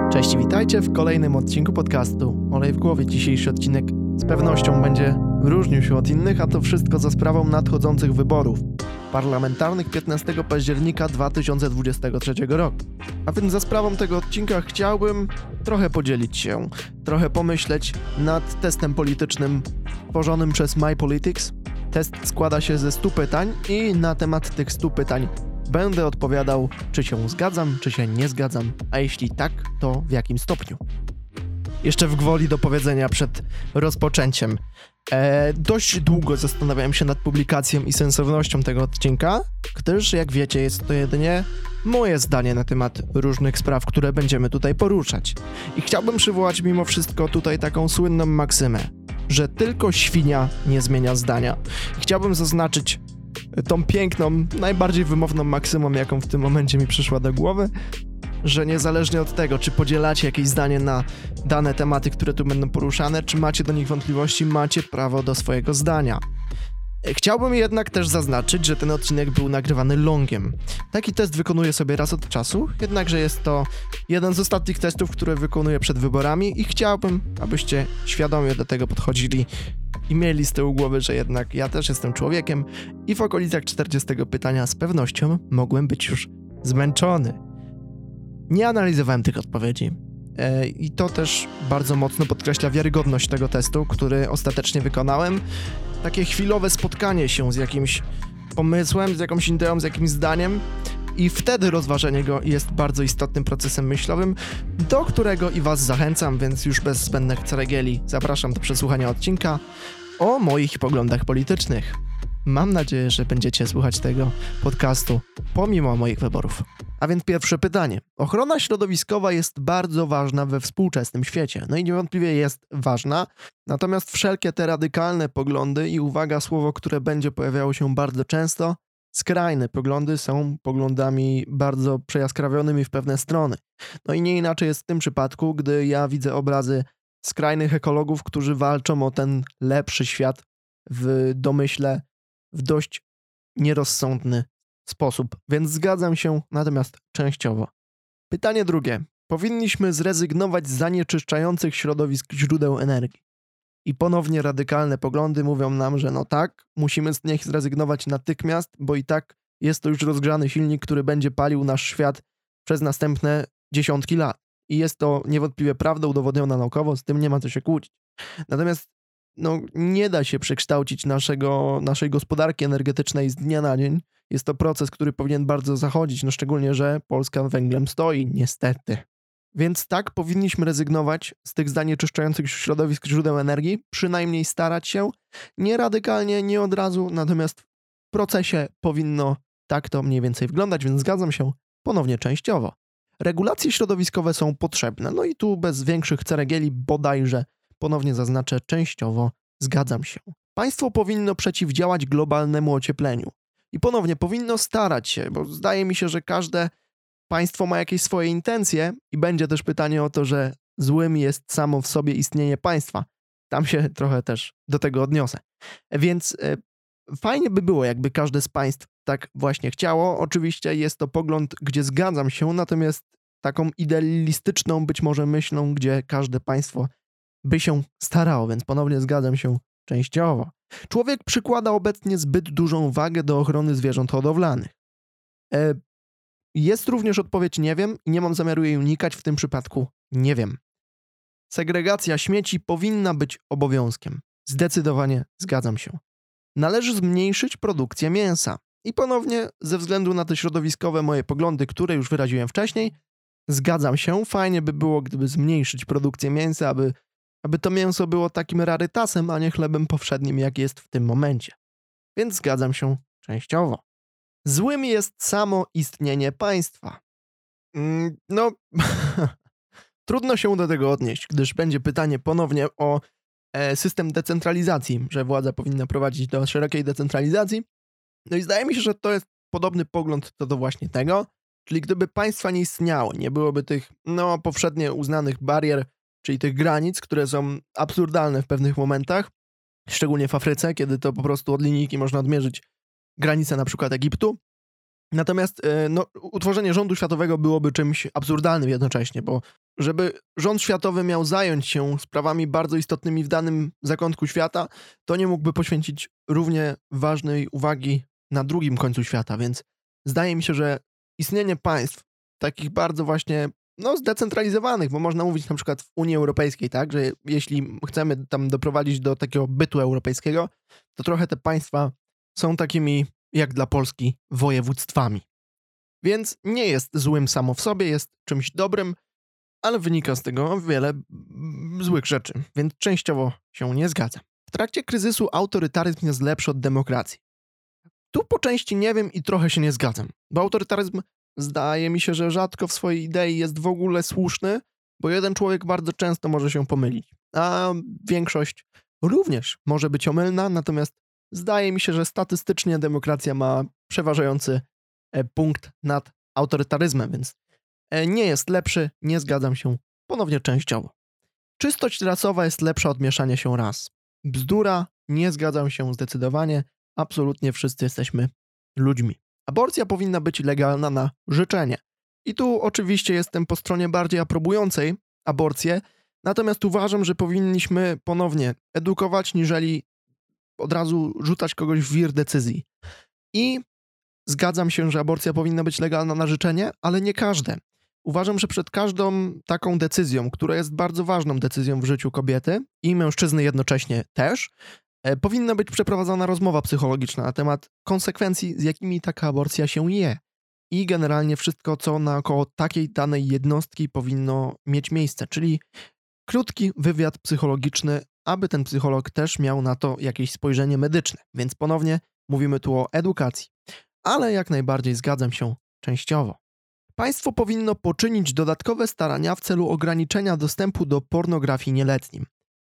Cześć i witajcie w kolejnym odcinku podcastu Olej w głowie. Dzisiejszy odcinek z pewnością będzie różnił się od innych, a to wszystko za sprawą nadchodzących wyborów parlamentarnych 15 października 2023 roku. A więc za sprawą tego odcinka chciałbym trochę podzielić się, trochę pomyśleć nad testem politycznym tworzonym przez MyPolitics. Test składa się ze 100 pytań i na temat tych 100 pytań będę odpowiadał, czy się zgadzam, czy się nie zgadzam, a jeśli tak, to w jakim stopniu. Jeszcze w gwoli do powiedzenia przed rozpoczęciem. Dość długo zastanawiałem się nad publikacją i sensownością tego odcinka, gdyż, jak wiecie, jest to jedynie moje zdanie na temat różnych spraw, które będziemy tutaj poruszać. I chciałbym przywołać mimo wszystko tutaj taką słynną maksymę, że tylko świnia nie zmienia zdania. I chciałbym zaznaczyć tą piękną, najbardziej wymowną maksymą, jaką w tym momencie mi przyszła do głowy, że niezależnie od tego, czy podzielacie jakieś zdanie na dane tematy, które tu będą poruszane, czy macie do nich wątpliwości, macie prawo do swojego zdania. Chciałbym jednak też zaznaczyć, że ten odcinek był nagrywany longiem. Taki test wykonuję sobie raz od czasu, jednakże jest to jeden z ostatnich testów, które wykonuję przed wyborami i chciałbym, abyście świadomie do tego podchodzili i mieli z tyłu głowy, że jednak ja też jestem człowiekiem i w okolicach 40 pytania z pewnością mogłem być już zmęczony. Nie analizowałem tych odpowiedzi i to też bardzo mocno podkreśla wiarygodność tego testu, który ostatecznie wykonałem. Takie chwilowe spotkanie się z jakimś pomysłem, z jakąś ideą, z jakimś zdaniem i wtedy rozważenie go jest bardzo istotnym procesem myślowym, do którego i was zachęcam, więc już bez zbędnych ceregieli zapraszam do przesłuchania odcinka o moich poglądach politycznych. Mam nadzieję, że będziecie słuchać tego podcastu pomimo moich wyborów. A więc pierwsze pytanie. Ochrona środowiskowa jest bardzo ważna we współczesnym świecie. No i niewątpliwie jest ważna, natomiast wszelkie te radykalne poglądy i uwaga, słowo, które będzie pojawiało się bardzo często, skrajne poglądy są poglądami bardzo przejaskrawionymi w pewne strony. No i nie inaczej jest w tym przypadku, gdy ja widzę obrazy skrajnych ekologów, którzy walczą o ten lepszy świat w domyśle w dość nierozsądny sposób, więc zgadzam się, natomiast częściowo. Pytanie drugie. Powinniśmy zrezygnować z zanieczyszczających środowisk źródeł energii. I ponownie radykalne poglądy mówią nam, że no tak, musimy z nich zrezygnować natychmiast, bo i tak jest to już rozgrzany silnik, który będzie palił nasz świat przez następne dziesiątki lat. I jest to niewątpliwie prawda udowodniona naukowo, z tym nie ma co się kłócić. Natomiast nie da się przekształcić naszej gospodarki energetycznej z dnia na dzień. Jest to proces, który powinien bardzo zachodzić, szczególnie, że Polska węglem stoi, niestety. Więc tak, powinniśmy rezygnować z tych zanieczyszczających środowisk źródeł energii, przynajmniej starać się, nie radykalnie, nie od razu, natomiast w procesie powinno tak to mniej więcej wyglądać, więc zgadzam się ponownie częściowo. Regulacje środowiskowe są potrzebne, no i tu bez większych ceregieli bodajże ponownie zaznaczę częściowo, zgadzam się. Państwo powinno przeciwdziałać globalnemu ociepleniu. I ponownie powinno starać się, bo zdaje mi się, że każde państwo ma jakieś swoje intencje i będzie też pytanie o to, że złym jest samo w sobie istnienie państwa. Tam się trochę też do tego odniosę. Więc fajnie by było, jakby każde z państw tak właśnie chciało. Oczywiście jest to pogląd, gdzie zgadzam się, natomiast taką idealistyczną być może myślą, gdzie każde państwo by się starało, więc ponownie zgadzam się częściowo. Człowiek przykłada obecnie zbyt dużą wagę do ochrony zwierząt hodowlanych. Jest również odpowiedź nie wiem i nie mam zamiaru jej unikać, w tym przypadku nie wiem. Segregacja śmieci powinna być obowiązkiem. Zdecydowanie zgadzam się. Należy zmniejszyć produkcję mięsa. I ponownie, ze względu na te środowiskowe moje poglądy, które już wyraziłem wcześniej, zgadzam się. Fajnie by było, gdyby zmniejszyć produkcję mięsa, aby to mięso było takim rarytasem, a nie chlebem powszednim, jak jest w tym momencie. Więc zgadzam się częściowo. Złym jest samo istnienie państwa. Trudno się do tego odnieść, gdyż będzie pytanie ponownie o system decentralizacji, że władza powinna prowadzić do szerokiej decentralizacji. No i zdaje mi się, że to jest podobny pogląd co do właśnie tego, czyli gdyby państwa nie istniało, nie byłoby tych powszednie uznanych barier, czyli tych granic, które są absurdalne w pewnych momentach, szczególnie w Afryce, kiedy to po prostu od linijki można odmierzyć granicę na przykład Egiptu, Natomiast utworzenie rządu światowego byłoby czymś absurdalnym jednocześnie, bo żeby rząd światowy miał zająć się sprawami bardzo istotnymi w danym zakątku świata, to nie mógłby poświęcić równie ważnej uwagi na drugim końcu świata, więc zdaje mi się, że istnienie państw takich bardzo właśnie zdecentralizowanych, bo można mówić na przykład w Unii Europejskiej, tak, że jeśli chcemy tam doprowadzić do takiego bytu europejskiego, to trochę te państwa są takimi, jak dla Polski, województwami. Więc nie jest złym samo w sobie, jest czymś dobrym, ale wynika z tego wiele złych rzeczy, więc częściowo się nie zgadzam. W trakcie kryzysu autorytaryzm jest lepszy od demokracji. Tu po części nie wiem i trochę się nie zgadzam, bo autorytaryzm zdaje mi się, że rzadko w swojej idei jest w ogóle słuszny, bo jeden człowiek bardzo często może się pomylić, a większość również może być omylna, natomiast zdaje mi się, że statystycznie demokracja ma przeważający punkt nad autorytaryzmem, więc nie jest lepszy, nie zgadzam się ponownie częściowo. Czystość rasowa jest lepsza od mieszania się ras. Bzdura, nie zgadzam się zdecydowanie, absolutnie wszyscy jesteśmy ludźmi. Aborcja powinna być legalna na życzenie. I tu oczywiście jestem po stronie bardziej aprobującej aborcję, natomiast uważam, że powinniśmy ponownie edukować, niżeli od razu rzucać kogoś w wir decyzji. I zgadzam się, że aborcja powinna być legalna na życzenie, ale nie każde. Uważam, że przed każdą taką decyzją, która jest bardzo ważną decyzją w życiu kobiety i mężczyzny jednocześnie też, powinna być przeprowadzona rozmowa psychologiczna na temat konsekwencji, z jakimi taka aborcja się je. I generalnie wszystko, co naokoło takiej danej jednostki powinno mieć miejsce, czyli krótki wywiad psychologiczny, aby ten psycholog też miał na to jakieś spojrzenie medyczne. Więc ponownie mówimy tu o edukacji. Ale jak najbardziej zgadzam się częściowo. Państwo powinno poczynić dodatkowe starania w celu ograniczenia dostępu do pornografii nieletnim.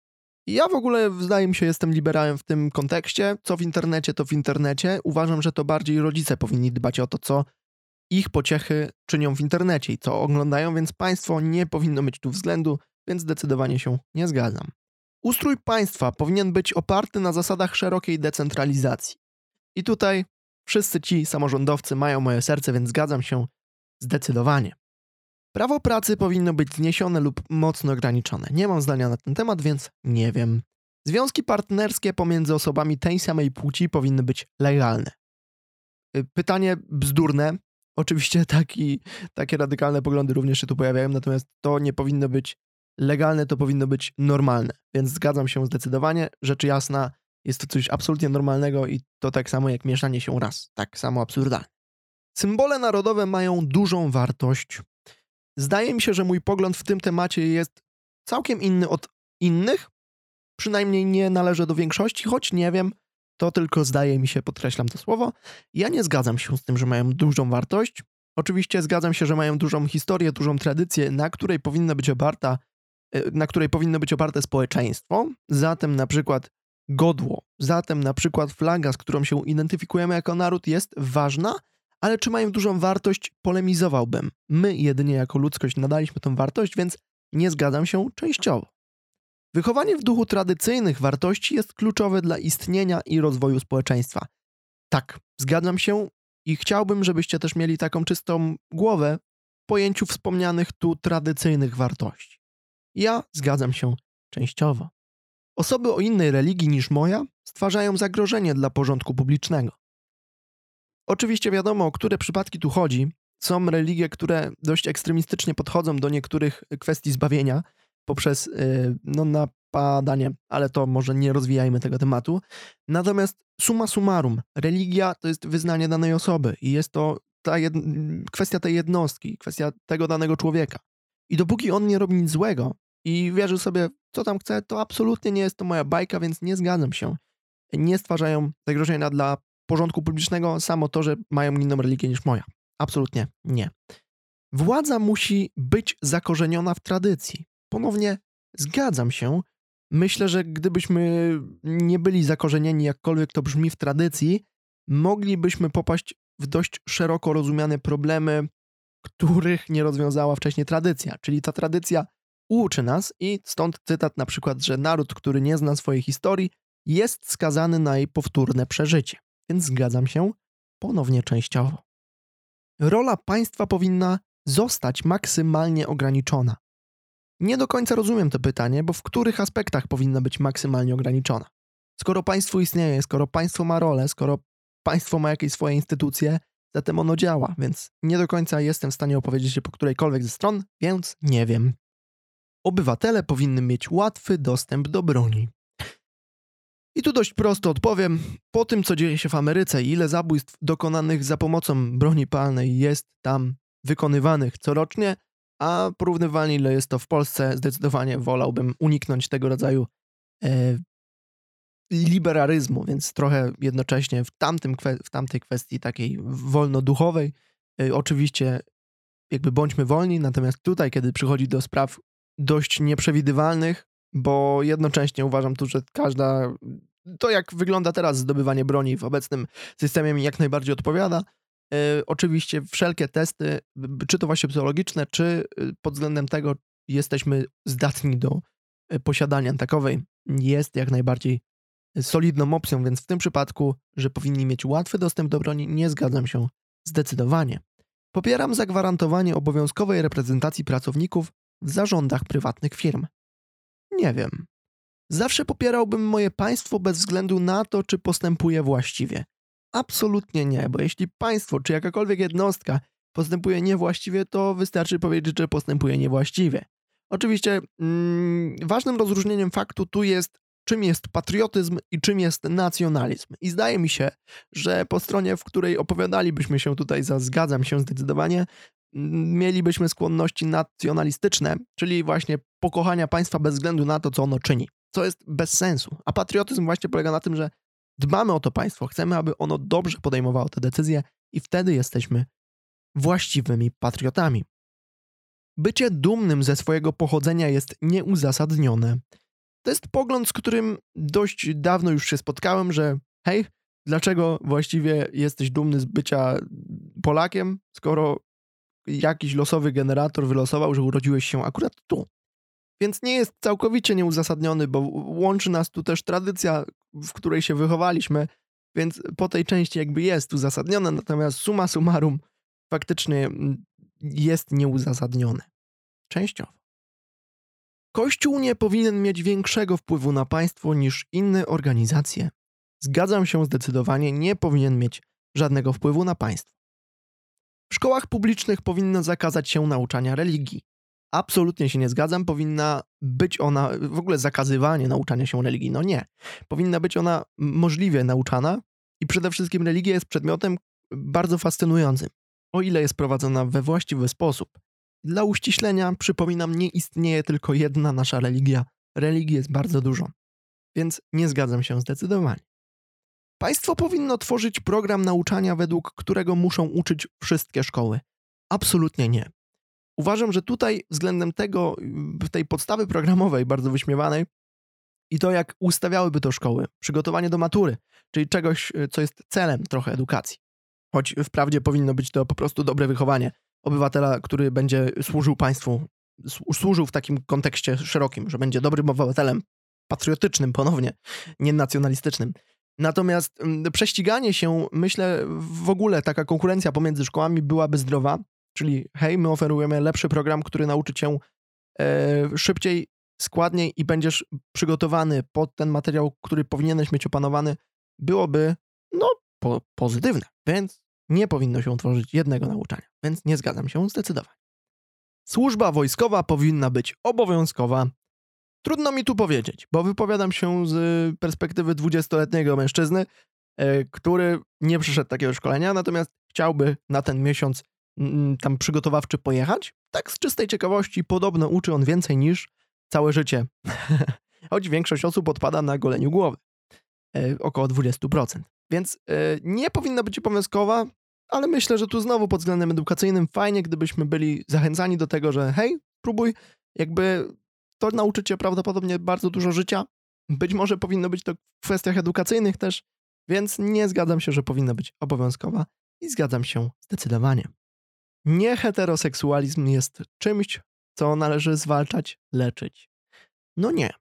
Ja w ogóle, zdaje mi się, jestem liberałem w tym kontekście. Co w internecie, to w internecie. Uważam, że to bardziej rodzice powinni dbać o to, co ich pociechy czynią w internecie i co oglądają, więc państwo nie powinno mieć tu względu, więc zdecydowanie się nie zgadzam. Ustrój państwa powinien być oparty na zasadach szerokiej decentralizacji. I tutaj wszyscy ci samorządowcy mają moje serce, więc zgadzam się zdecydowanie. Prawo pracy powinno być zniesione lub mocno ograniczone. Nie mam zdania na ten temat, więc nie wiem. Związki partnerskie pomiędzy osobami tej samej płci powinny być legalne. Pytanie bzdurne. Oczywiście takie radykalne poglądy również się tu pojawiają, natomiast to nie powinno być legalne, to powinno być normalne. Więc zgadzam się zdecydowanie. Rzecz jasna, jest to coś absolutnie normalnego i to tak samo jak mieszanie się ras. Tak samo absurdalne. Symbole narodowe mają dużą wartość. Zdaje mi się, że mój pogląd w tym temacie jest całkiem inny od innych. Przynajmniej nie należę do większości, choć nie wiem, to tylko zdaje mi się, podkreślam to słowo. Ja nie zgadzam się z tym, że mają dużą wartość. Oczywiście zgadzam się, że mają dużą historię, dużą tradycję, na której powinno być oparte społeczeństwo. Zatem na przykład godło, zatem na przykład flaga, z którą się identyfikujemy jako naród, jest ważna, ale czy mają dużą wartość, polemizowałbym. My jedynie jako ludzkość nadaliśmy tą wartość, więc nie zgadzam się częściowo. Wychowanie w duchu tradycyjnych wartości jest kluczowe dla istnienia i rozwoju społeczeństwa. Tak, zgadzam się i chciałbym, żebyście też mieli taką czystą głowę w pojęciu wspomnianych tu tradycyjnych wartości. Ja zgadzam się częściowo. Osoby o innej religii niż moja stwarzają zagrożenie dla porządku publicznego. Oczywiście wiadomo, o które przypadki tu chodzi. Są religie, które dość ekstremistycznie podchodzą do niektórych kwestii zbawienia poprzez napadanie, ale to może nie rozwijajmy tego tematu. Natomiast summa summarum, religia to jest wyznanie danej osoby i jest to kwestia tej jednostki, kwestia tego danego człowieka. I dopóki on nie robi nic złego i wierzy sobie, co tam chce, to absolutnie nie jest to moja bajka, więc nie zgadzam się. Nie stwarzają zagrożenia dla porządku publicznego samo to, że mają inną religię niż moja. Absolutnie nie. Władza musi być zakorzeniona w tradycji. Ponownie zgadzam się. Myślę, że gdybyśmy nie byli zakorzenieni, jakkolwiek to brzmi, w tradycji, moglibyśmy popaść w dość szeroko rozumiane problemy, których nie rozwiązała wcześniej tradycja. Czyli ta tradycja uczy nas i stąd cytat na przykład, że naród, który nie zna swojej historii, jest skazany na jej powtórne przeżycie. Więc zgadzam się ponownie częściowo. Rola państwa powinna zostać maksymalnie ograniczona. Nie do końca rozumiem to pytanie, bo w których aspektach powinna być maksymalnie ograniczona? Skoro państwo istnieje, skoro państwo ma rolę, skoro państwo ma jakieś swoje instytucje, zatem ono działa, więc nie do końca jestem w stanie opowiedzieć się po którejkolwiek ze stron, więc nie wiem. Obywatele powinny mieć łatwy dostęp do broni. I tu dość prosto odpowiem, po tym co dzieje się w Ameryce i ile zabójstw dokonanych za pomocą broni palnej jest tam wykonywanych corocznie, a porównywalnie ile jest to w Polsce, zdecydowanie wolałbym uniknąć tego rodzaju liberalizmu, więc trochę jednocześnie w tamtej kwestii takiej wolnoduchowej oczywiście jakby bądźmy wolni, natomiast tutaj, kiedy przychodzi do spraw dość nieprzewidywalnych, bo jednocześnie uważam tu, że to jak wygląda teraz zdobywanie broni w obecnym systemie mi jak najbardziej odpowiada. Oczywiście wszelkie testy, czy to właśnie psychologiczne, czy pod względem tego jesteśmy zdatni do posiadania takowej, jest jak najbardziej solidną opcją, więc w tym przypadku, że powinni mieć łatwy dostęp do broni, nie zgadzam się zdecydowanie. Popieram zagwarantowanie obowiązkowej reprezentacji pracowników w zarządach prywatnych firm. Nie wiem. Zawsze popierałbym moje państwo bez względu na to, czy postępuje właściwie. Absolutnie nie, bo jeśli państwo czy jakakolwiek jednostka postępuje niewłaściwie, to wystarczy powiedzieć, że postępuje niewłaściwie. Oczywiście ważnym rozróżnieniem faktu tu jest, czym jest patriotyzm i czym jest nacjonalizm. I zdaje mi się, że po stronie, w której opowiadalibyśmy się tutaj zgadzam się zdecydowanie, mielibyśmy skłonności nacjonalistyczne, czyli właśnie pokochania państwa bez względu na to, co ono czyni, co jest bez sensu. A patriotyzm właśnie polega na tym, że dbamy o to państwo, chcemy, aby ono dobrze podejmowało te decyzje i wtedy jesteśmy właściwymi patriotami. Bycie dumnym ze swojego pochodzenia jest nieuzasadnione. To jest pogląd, z którym dość dawno już się spotkałem, że hej, dlaczego właściwie jesteś dumny z bycia Polakiem, skoro jakiś losowy generator wylosował, że urodziłeś się akurat tu. Więc nie jest całkowicie nieuzasadniony, bo łączy nas tu też tradycja, w której się wychowaliśmy, więc po tej części jakby jest uzasadnione, natomiast summa summarum faktycznie jest nieuzasadnione. Częściowo. Kościół nie powinien mieć większego wpływu na państwo niż inne organizacje. Zgadzam się zdecydowanie, nie powinien mieć żadnego wpływu na państwo. W szkołach publicznych powinno zakazać się nauczania religii. Absolutnie się nie zgadzam, powinna być ona, w ogóle zakazywanie nauczania się religii, no nie. Powinna być ona możliwie nauczana i przede wszystkim religia jest przedmiotem bardzo fascynującym, o ile jest prowadzona we właściwy sposób. Dla uściślenia, przypominam, nie istnieje tylko jedna nasza religia. Religii jest bardzo dużo, więc nie zgadzam się zdecydowanie. Państwo powinno tworzyć program nauczania, według którego muszą uczyć wszystkie szkoły. Absolutnie nie. Uważam, że tutaj względem tej podstawy programowej bardzo wyśmiewanej i to, jak ustawiałyby to szkoły, przygotowanie do matury, czyli czegoś, co jest celem trochę edukacji. Choć wprawdzie powinno być to po prostu dobre wychowanie obywatela, który będzie służył państwu, służył w takim kontekście szerokim, że będzie dobrym obywatelem, patriotycznym ponownie, nie nacjonalistycznym. Natomiast prześciganie się, myślę, w ogóle taka konkurencja pomiędzy szkołami byłaby zdrowa, czyli hej, my oferujemy lepszy program, który nauczy cię szybciej, składniej i będziesz przygotowany pod ten materiał, który powinieneś mieć opanowany, byłoby pozytywne, więc nie powinno się tworzyć jednego nauczania, więc nie zgadzam się zdecydowanie. Służba wojskowa powinna być obowiązkowa. Trudno mi tu powiedzieć, bo wypowiadam się z perspektywy 20-letniego mężczyzny, który nie przeszedł takiego szkolenia, natomiast chciałby na ten miesiąc tam przygotowawczy pojechać. Tak z czystej ciekawości podobno uczy on więcej niż całe życie. Choć większość osób odpada na goleniu głowy. Około 20%. Więc nie powinna być obowiązkowa, ale myślę, że tu znowu pod względem edukacyjnym fajnie, gdybyśmy byli zachęcani do tego, że hej, spróbuj, jakby to nauczy cię prawdopodobnie bardzo dużo życia. Być może powinno być to w kwestiach edukacyjnych też, więc nie zgadzam się, że powinna być obowiązkowa i zgadzam się zdecydowanie. Nieheteroseksualizm jest czymś, co należy zwalczać, leczyć. No nie.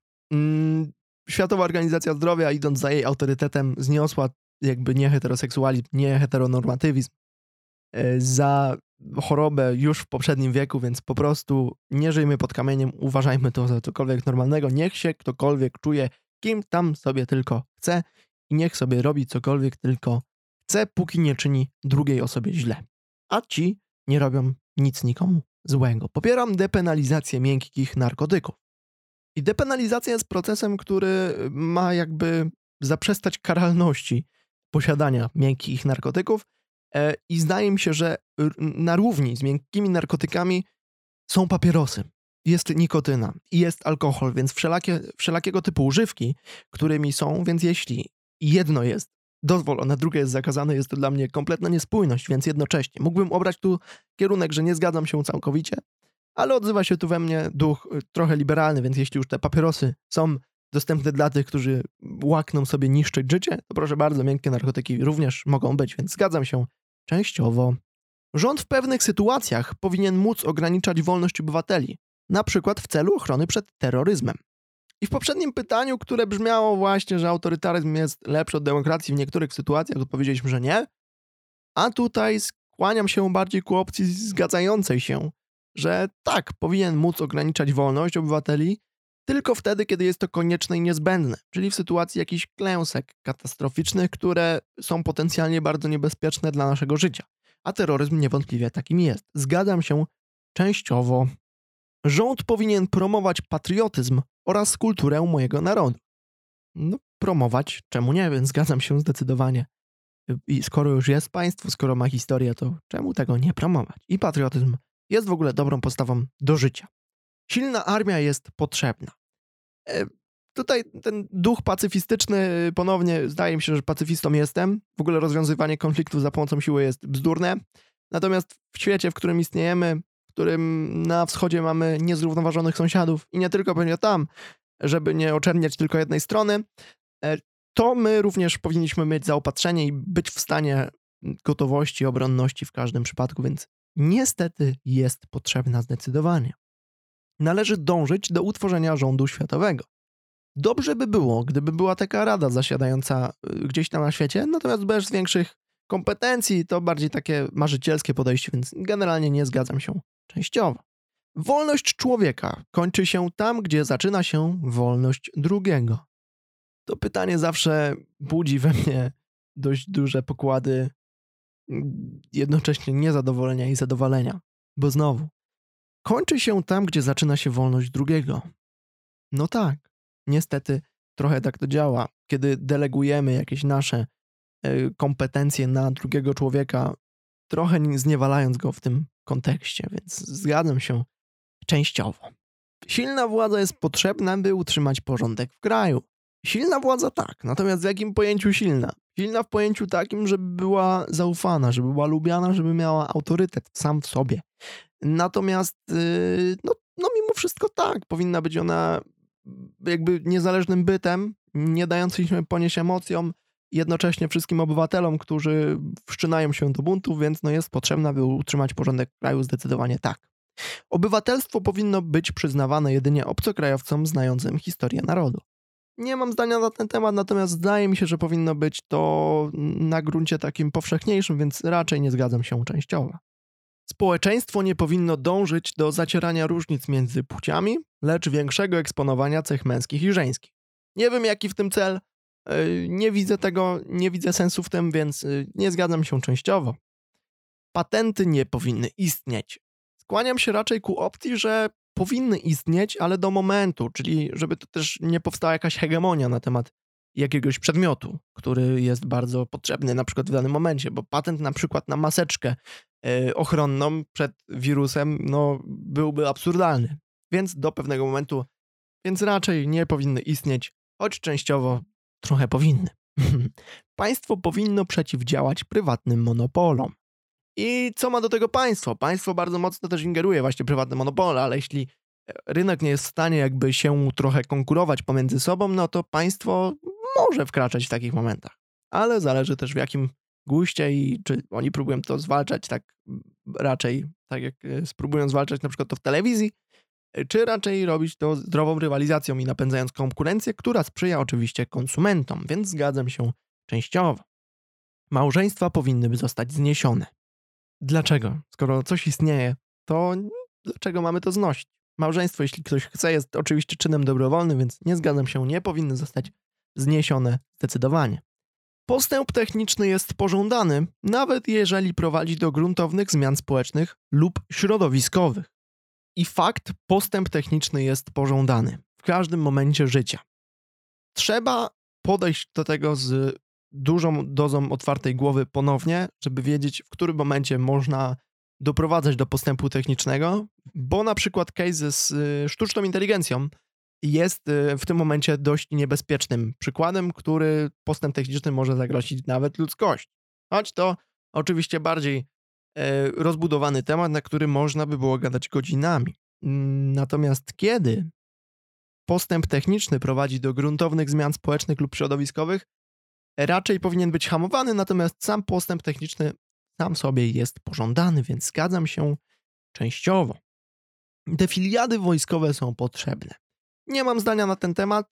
Światowa Organizacja Zdrowia, idąc za jej autorytetem, zniosła jakby nieheteroseksualizm, nieheteronormatywizm. za chorobę już w poprzednim wieku, więc po prostu nie żyjmy pod kamieniem, uważajmy to za cokolwiek normalnego. Niech się ktokolwiek czuje kim tam sobie tylko chce i niech sobie robi cokolwiek tylko chce, póki nie czyni drugiej osobie źle. A ci nie robią nic nikomu złego. Popieram depenalizację miękkich narkotyków. I depenalizacja jest procesem, który ma jakby zaprzestać karalności posiadania miękkich narkotyków i zdaje mi się, że na równi z miękkimi narkotykami są papierosy, jest nikotyna i jest alkohol, więc wszelakiego typu używki, którymi są, więc jeśli jedno jest dozwolone, drugie jest zakazane, jest to dla mnie kompletna niespójność, więc jednocześnie mógłbym obrać tu kierunek, że nie zgadzam się całkowicie, ale odzywa się tu we mnie duch trochę liberalny, więc jeśli już te papierosy są dostępne dla tych, którzy łakną sobie niszczyć życie, to proszę bardzo, miękkie narkotyki również mogą być, więc zgadzam się częściowo. Rząd w pewnych sytuacjach powinien móc ograniczać wolność obywateli, na przykład w celu ochrony przed terroryzmem. I w poprzednim pytaniu, które brzmiało właśnie, że autorytaryzm jest lepszy od demokracji w niektórych sytuacjach, odpowiedzieliśmy, że nie, a tutaj skłaniam się bardziej ku opcji zgadzającej się, że tak, powinien móc ograniczać wolność obywateli tylko wtedy, kiedy jest to konieczne i niezbędne, czyli w sytuacji jakichś klęsek katastroficznych, które są potencjalnie bardzo niebezpieczne dla naszego życia. A terroryzm niewątpliwie takim jest. Zgadzam się częściowo. Rząd powinien promować patriotyzm oraz kulturę mojego narodu. No, promować, czemu nie, więc zgadzam się zdecydowanie. I skoro już jest państwo, skoro ma historię, to czemu tego nie promować? I patriotyzm jest w ogóle dobrą postawą do życia. Silna armia jest potrzebna. Tutaj ten duch pacyfistyczny, ponownie zdaje mi się, że pacyfistą jestem. W ogóle rozwiązywanie konfliktów za pomocą siły jest bzdurne. Natomiast w świecie, w którym istniejemy, w którym na wschodzie mamy niezrównoważonych sąsiadów i nie tylko pewnie tam, żeby nie oczerniać tylko jednej strony, to my również powinniśmy mieć zaopatrzenie i być w stanie gotowości, obronności w każdym przypadku, więc niestety jest potrzebna zdecydowanie. Należy dążyć do utworzenia rządu światowego. Dobrze by było, gdyby była taka rada zasiadająca gdzieś tam na świecie, natomiast bez większych kompetencji to bardziej takie marzycielskie podejście, więc generalnie nie zgadzam się częściowo. Wolność człowieka kończy się tam, gdzie zaczyna się wolność drugiego. To pytanie zawsze budzi we mnie dość duże pokłady jednocześnie niezadowolenia i zadowolenia, bo znowu, kończy się tam, gdzie zaczyna się wolność drugiego. No tak, niestety trochę tak to działa, kiedy delegujemy jakieś nasze kompetencje na drugiego człowieka, trochę zniewalając go w tym kontekście, więc zgadzam się częściowo. Silna władza jest potrzebna, by utrzymać porządek w kraju. Silna władza tak, natomiast w jakim pojęciu silna? Silna w pojęciu takim, żeby była zaufana, żeby była lubiana, żeby miała autorytet sam w sobie. Natomiast no mimo wszystko tak, powinna być ona jakby niezależnym bytem, nie dającym się ponieść emocjom, jednocześnie wszystkim obywatelom, którzy wszczynają się do buntów, więc no jest potrzebna, by utrzymać porządek w kraju, zdecydowanie tak. Obywatelstwo powinno być przyznawane jedynie obcokrajowcom znającym historię narodu. Nie mam zdania na ten temat, natomiast zdaje mi się, że powinno być to na gruncie takim powszechniejszym, więc raczej nie zgadzam się częściowo. Społeczeństwo nie powinno dążyć do zacierania różnic między płciami, lecz większego eksponowania cech męskich i żeńskich. Nie wiem, jaki w tym cel, nie widzę tego, nie widzę sensu w tym, więc nie zgadzam się częściowo. Patenty nie powinny istnieć. Skłaniam się raczej ku opcji, że powinny istnieć, ale do momentu, czyli żeby to też nie powstała jakaś hegemonia na temat jakiegoś przedmiotu, który jest bardzo potrzebny na przykład w danym momencie, bo patent na przykład na maseczkę ochronną przed wirusem, no byłby absurdalny, więc do pewnego momentu, więc raczej nie powinny istnieć, choć częściowo trochę powinny. Państwo powinno przeciwdziałać prywatnym monopolom. I co ma do tego państwo? Państwo bardzo mocno też ingeruje właśnie prywatne monopole, ale jeśli rynek nie jest w stanie jakby się trochę konkurować pomiędzy sobą, no to państwo może wkraczać w takich momentach. Ale zależy też w jakim guście i czy oni próbują to zwalczać tak raczej, tak jak spróbują zwalczać na przykład to w telewizji, czy raczej robić to zdrową rywalizacją i napędzając konkurencję, która sprzyja oczywiście konsumentom, więc zgadzam się częściowo. Małżeństwa powinny zostać zniesione. Dlaczego? Skoro coś istnieje, to dlaczego mamy to znosić? Małżeństwo, jeśli ktoś chce, jest oczywiście czynem dobrowolnym, więc nie zgadzam się, nie powinny zostać zniesione zdecydowanie. Postęp techniczny jest pożądany, nawet jeżeli prowadzi do gruntownych zmian społecznych lub środowiskowych. I fakt, postęp techniczny jest pożądany w każdym momencie życia. Trzeba podejść do tego z dużą dozą otwartej głowy ponownie, żeby wiedzieć, w którym momencie można doprowadzać do postępu technicznego, bo na przykład case z sztuczną inteligencją jest w tym momencie dość niebezpiecznym przykładem, który postęp techniczny może zagrozić nawet ludzkość. Choć to oczywiście bardziej rozbudowany temat, na który można by było gadać godzinami. Natomiast kiedy postęp techniczny prowadzi do gruntownych zmian społecznych lub środowiskowych, raczej powinien być hamowany, natomiast sam postęp techniczny sam sobie jest pożądany, więc zgadzam się częściowo. Defiliady wojskowe są potrzebne. Nie mam zdania na ten temat,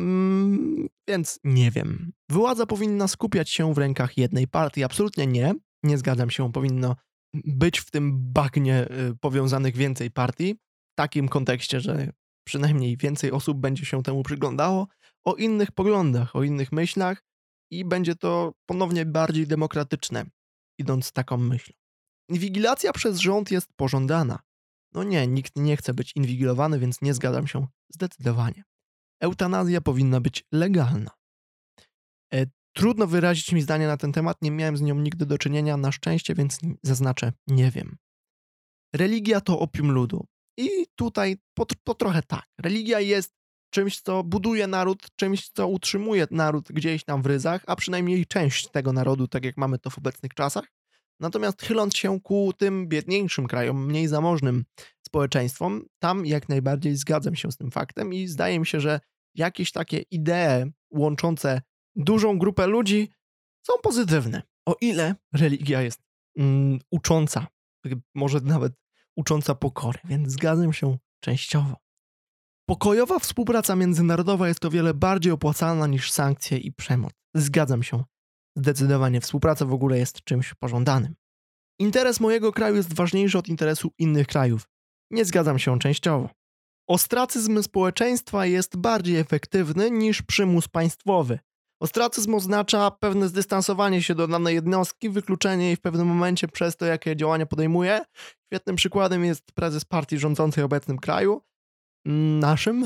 więc nie wiem. Władza powinna skupiać się w rękach jednej partii. Absolutnie nie. Nie zgadzam się. Powinno być w tym bagnie powiązanych więcej partii. W takim kontekście, że przynajmniej więcej osób będzie się temu przyglądało o innych poglądach, o innych myślach i będzie to ponownie bardziej demokratyczne, idąc taką myślą. Inwigilacja przez rząd jest pożądana. No nie, nikt nie chce być inwigilowany, więc nie zgadzam się zdecydowanie. Eutanazja powinna być legalna. Trudno wyrazić mi zdanie na ten temat, nie miałem z nią nigdy do czynienia, na szczęście, więc zaznaczę, nie wiem. Religia to opium ludu. I tutaj to trochę tak. Religia jest czymś, co buduje naród, czymś, co utrzymuje naród gdzieś tam w ryzach, a przynajmniej część tego narodu, tak jak mamy to w obecnych czasach. Natomiast chyląc się ku tym biedniejszym krajom, mniej zamożnym społeczeństwom, tam jak najbardziej zgadzam się z tym faktem i zdaje mi się, że jakieś takie idee łączące dużą grupę ludzi są pozytywne. O ile religia jest ucząca, może nawet ucząca pokory, więc zgadzam się częściowo. Pokojowa współpraca międzynarodowa jest o wiele bardziej opłacalna niż sankcje i przemoc. Zgadzam się. Zdecydowanie współpraca w ogóle jest czymś pożądanym. Interes mojego kraju jest ważniejszy od interesu innych krajów. Nie zgadzam się częściowo. Ostracyzm społeczeństwa jest bardziej efektywny niż przymus państwowy. Ostracyzm oznacza pewne zdystansowanie się do danej jednostki, wykluczenie jej w pewnym momencie przez to, jakie działania podejmuje. Świetnym przykładem jest prezes partii rządzącej obecnym kraju, naszym,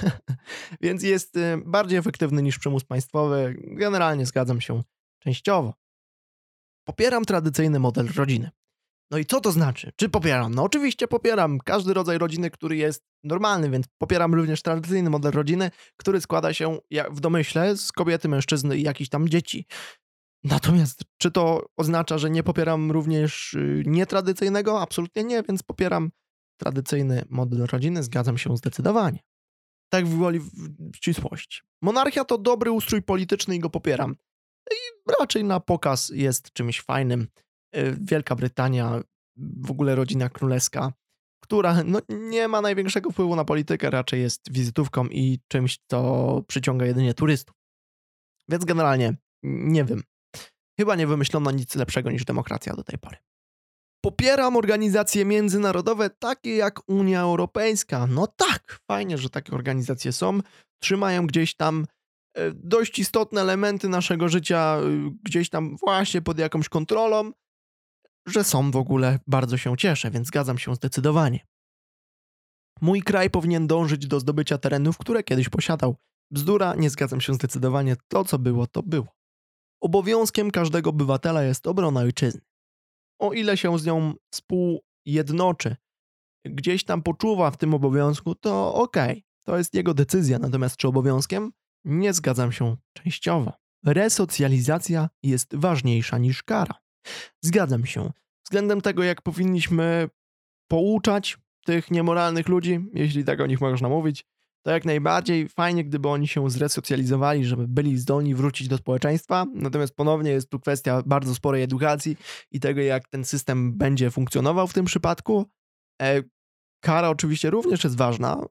więc jest bardziej efektywny niż przymus państwowy. Generalnie zgadzam się częściowo. Popieram tradycyjny model rodziny. No i co to znaczy? Czy popieram? No oczywiście popieram każdy rodzaj rodziny, który jest normalny, więc popieram również tradycyjny model rodziny, który składa się w domyśle z kobiety, mężczyzny i jakichś tam dzieci. Natomiast czy to oznacza, że nie popieram również nietradycyjnego? Absolutnie nie, więc popieram tradycyjny model rodziny, zgadzam się zdecydowanie. Tak w woli ścisłości. Monarchia to dobry ustrój polityczny i go popieram. I raczej na pokaz jest czymś fajnym. Wielka Brytania, w ogóle rodzina królewska, która nie ma największego wpływu na politykę, raczej jest wizytówką i czymś, co przyciąga jedynie turystów. Więc generalnie nie wiem. Chyba nie wymyślono nic lepszego niż demokracja do tej pory. Popieram organizacje międzynarodowe takie jak Unia Europejska. No tak, fajnie, że takie organizacje są. Trzymają gdzieś tam dość istotne elementy naszego życia gdzieś tam właśnie pod jakąś kontrolą, że są w ogóle, bardzo się cieszę, więc zgadzam się zdecydowanie. Mój kraj powinien dążyć do zdobycia terenów, które kiedyś posiadał. Bzdura, nie zgadzam się zdecydowanie, to co było, to było. Obowiązkiem każdego obywatela jest obrona ojczyzny. O ile się z nią współjednoczy, gdzieś tam poczuwa w tym obowiązku, to okej, to jest jego decyzja, natomiast czy obowiązkiem? Nie zgadzam się częściowo. Resocjalizacja jest ważniejsza niż kara. Zgadzam się. Względem tego, jak powinniśmy pouczać tych niemoralnych ludzi, jeśli tak o nich można mówić, to jak najbardziej fajnie, gdyby oni się zresocjalizowali, żeby byli zdolni wrócić do społeczeństwa. Natomiast ponownie jest tu kwestia bardzo sporej edukacji i tego, jak ten system będzie funkcjonował w tym przypadku. Kara oczywiście również jest ważna,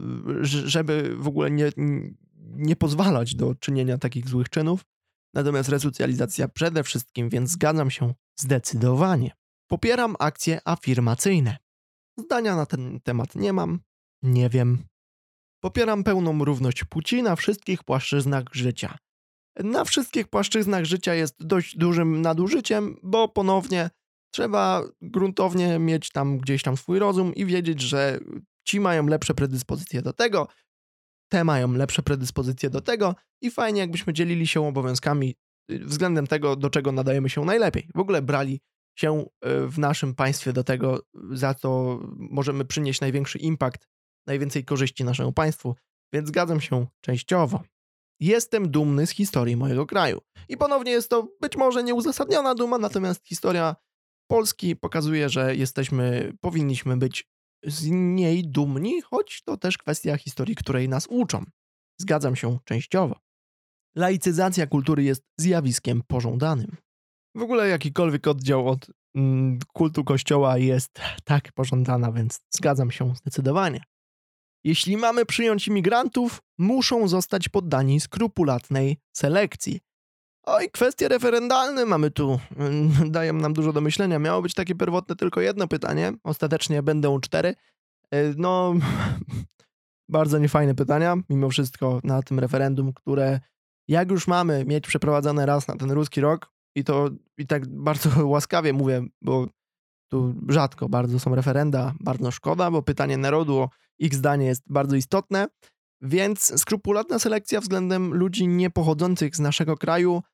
żeby w ogóle nie pozwalać do czynienia takich złych czynów. Natomiast resocjalizacja przede wszystkim, więc zgadzam się zdecydowanie. Popieram akcje afirmacyjne. Zdania na ten temat nie mam. Nie wiem. Popieram pełną równość płci na wszystkich płaszczyznach życia. Na wszystkich płaszczyznach życia jest dość dużym nadużyciem, bo ponownie trzeba gruntownie mieć tam gdzieś tam swój rozum i wiedzieć, że ci mają lepsze predyspozycje do tego, te mają lepsze predyspozycje do tego i fajnie jakbyśmy dzielili się obowiązkami względem tego, do czego nadajemy się najlepiej. W ogóle brali się w naszym państwie do tego, za co możemy przynieść największy impact, najwięcej korzyści naszemu państwu, więc zgadzam się częściowo. Jestem dumny z historii mojego kraju. I ponownie jest to być może nieuzasadniona duma, natomiast historia Polski pokazuje, że powinniśmy być z niej dumni, choć to też kwestia historii, której nas uczą. Zgadzam się częściowo. Laicyzacja kultury jest zjawiskiem pożądanym. W ogóle jakikolwiek oddział od kultu kościoła jest tak pożądana, więc zgadzam się zdecydowanie. Jeśli mamy przyjąć imigrantów, muszą zostać poddani skrupulatnej selekcji. Oj, kwestie referendalne mamy tu, dają nam dużo do myślenia. Miało być takie pierwotne tylko jedno pytanie, ostatecznie będą 4. No, bardzo niefajne pytania, mimo wszystko na tym referendum, które jak już mamy mieć przeprowadzone raz na ten ruski rok, i tak bardzo łaskawie mówię, bo tu rzadko bardzo są referenda, bardzo szkoda, bo pytanie narodu o ich zdanie jest bardzo istotne, więc skrupulatna selekcja względem ludzi niepochodzących z naszego kraju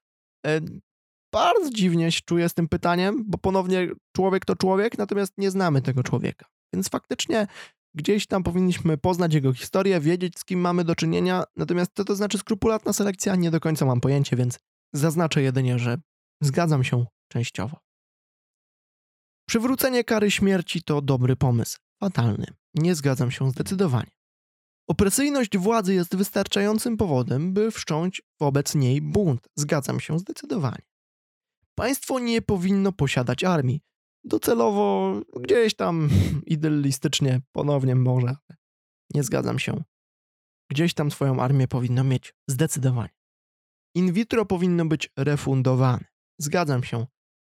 bardzo dziwnie się czuję z tym pytaniem, bo ponownie człowiek to człowiek, natomiast nie znamy tego człowieka. Więc faktycznie gdzieś tam powinniśmy poznać jego historię, wiedzieć z kim mamy do czynienia, natomiast co to znaczy skrupulatna selekcja, nie do końca mam pojęcie, więc zaznaczę jedynie, że zgadzam się częściowo. Przywrócenie kary śmierci to dobry pomysł. Fatalny. Nie zgadzam się zdecydowanie. Opresyjność władzy jest wystarczającym powodem, by wszcząć wobec niej bunt. Zgadzam się zdecydowanie. Państwo nie powinno posiadać armii. Docelowo gdzieś tam idealistycznie ponownie może. Nie zgadzam się. Gdzieś tam swoją armię powinno mieć. Zdecydowanie. In vitro powinno być refundowane. Zgadzam się.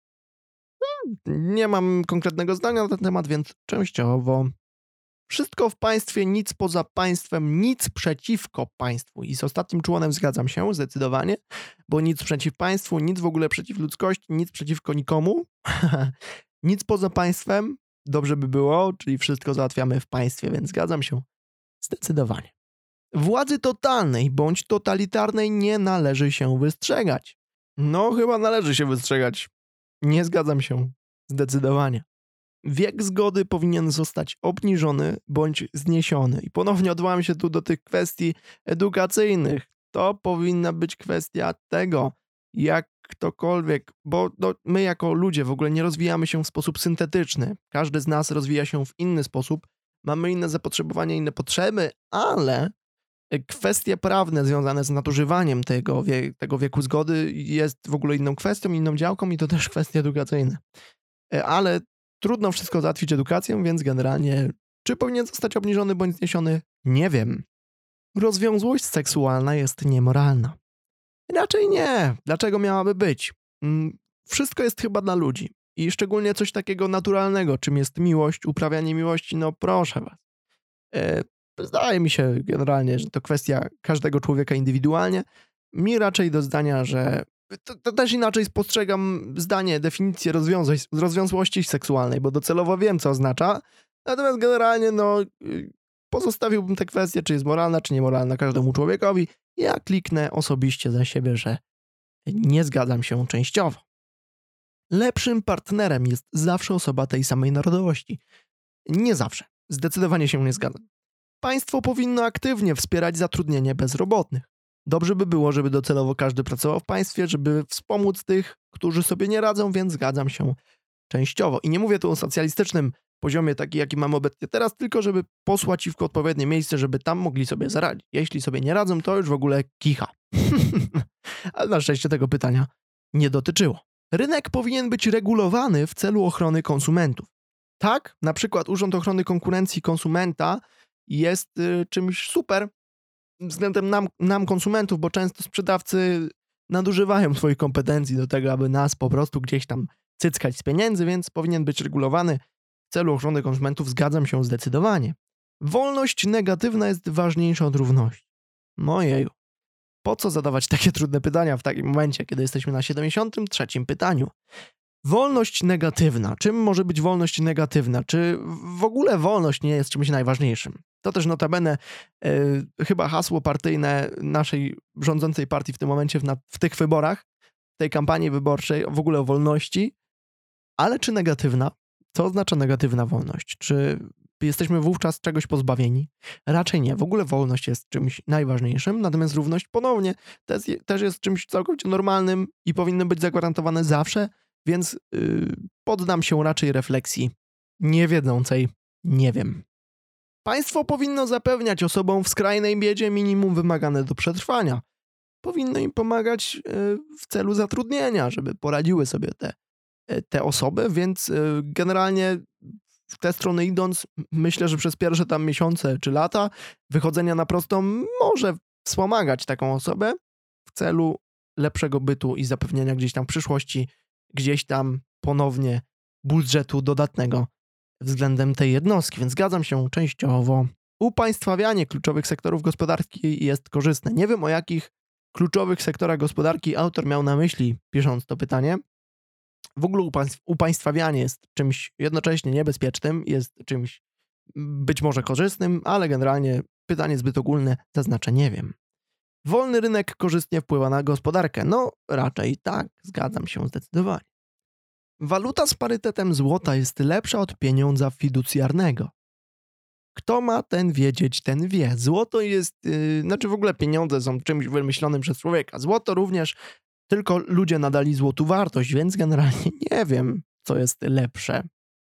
Nie mam konkretnego zdania na ten temat, więc częściowo. Wszystko w państwie, nic poza państwem, nic przeciwko państwu. I z ostatnim członem zgadzam się zdecydowanie, bo nic przeciw państwu, nic w ogóle przeciw ludzkości, nic przeciwko nikomu. Nic poza państwem, dobrze by było, czyli wszystko załatwiamy w państwie, więc zgadzam się zdecydowanie. Władzy totalnej bądź totalitarnej nie należy się wystrzegać. No, chyba należy się wystrzegać. Nie zgadzam się zdecydowanie. Wiek zgody powinien zostać obniżony bądź zniesiony. I ponownie odwołam się tu do tych kwestii edukacyjnych. To powinna być kwestia tego, jak ktokolwiek, bo my jako ludzie w ogóle nie rozwijamy się w sposób syntetyczny. Każdy z nas rozwija się w inny sposób. Mamy inne zapotrzebowania, inne potrzeby, ale kwestie prawne związane z nadużywaniem tego wieku zgody jest w ogóle inną kwestią, inną działką i to też kwestie edukacyjne. Ale trudno wszystko załatwić edukacją, więc generalnie czy powinien zostać obniżony bądź zniesiony? Nie wiem. Rozwiązłość seksualna jest niemoralna. Raczej nie. Dlaczego miałaby być? Wszystko jest chyba dla ludzi. I szczególnie coś takiego naturalnego, czym jest miłość, uprawianie miłości, no proszę was. Zdaje mi się generalnie, że to kwestia każdego człowieka indywidualnie. Mi raczej do zdania, że to też inaczej postrzegam zdanie, definicję rozwiązłości seksualnej, bo docelowo wiem, co oznacza. Natomiast generalnie, pozostawiłbym tę kwestię, czy jest moralna, czy niemoralna każdemu człowiekowi. Ja kliknę osobiście za siebie, że nie zgadzam się częściowo. Lepszym partnerem jest zawsze osoba tej samej narodowości. Nie zawsze. Zdecydowanie się nie zgadzam. Państwo powinno aktywnie wspierać zatrudnienie bezrobotnych. Dobrze by było, żeby docelowo każdy pracował w państwie, żeby wspomóc tych, którzy sobie nie radzą, więc zgadzam się częściowo. I nie mówię tu o socjalistycznym poziomie taki, jaki mamy obecnie teraz, tylko żeby posłać ich w odpowiednie miejsce, żeby tam mogli sobie zaradzić. Jeśli sobie nie radzą, to już w ogóle kicha. Ale na szczęście tego pytania nie dotyczyło. Rynek powinien być regulowany w celu ochrony konsumentów. Tak, na przykład Urząd Ochrony Konkurencji i Konsumenta jest czymś super względem nam konsumentów, bo często sprzedawcy nadużywają swoich kompetencji do tego, aby nas po prostu gdzieś tam cyckać z pieniędzy, więc powinien być regulowany w celu ochrony konsumentów. Zgadzam się zdecydowanie. Wolność negatywna jest ważniejsza od równości. No jeju. Po co zadawać takie trudne pytania w takim momencie, kiedy jesteśmy na 73. pytaniu? Wolność negatywna. Czym może być wolność negatywna? Czy w ogóle wolność nie jest czymś najważniejszym? To też notabene chyba hasło partyjne naszej rządzącej partii w tym momencie, w tych wyborach, w tej kampanii wyborczej, w ogóle o wolności. Ale czy negatywna? Co oznacza negatywna wolność? Czy jesteśmy wówczas czegoś pozbawieni? Raczej nie. W ogóle wolność jest czymś najważniejszym, natomiast równość ponownie też jest czymś całkowicie normalnym i powinno być zagwarantowane zawsze, więc poddam się raczej refleksji niewiedzącej. Nie wiem. Państwo powinno zapewniać osobom w skrajnej biedzie minimum wymagane do przetrwania. Powinno im pomagać w celu zatrudnienia, żeby poradziły sobie te osoby, więc generalnie w tę stronę idąc, myślę, że przez pierwsze tam miesiące czy lata wychodzenia na prostą może wspomagać taką osobę w celu lepszego bytu i zapewnienia gdzieś tam w przyszłości, gdzieś tam ponownie budżetu dodatnego względem tej jednostki, więc zgadzam się częściowo. Upaństwawianie kluczowych sektorów gospodarki jest korzystne. Nie wiem, o jakich kluczowych sektorach gospodarki autor miał na myśli, pisząc to pytanie. W ogóle upaństwawianie jest czymś jednocześnie niebezpiecznym, jest czymś być może korzystnym, ale generalnie pytanie zbyt ogólne, zaznaczę nie wiem. Wolny rynek korzystnie wpływa na gospodarkę. No raczej tak, zgadzam się zdecydowanie. Waluta z parytetem złota jest lepsza od pieniądza fiducjarnego. Kto ma, ten wiedzieć, ten wie. Złoto jest, w ogóle pieniądze są czymś wymyślonym przez człowieka. Złoto również, tylko ludzie nadali złotu wartość, więc generalnie nie wiem, co jest lepsze.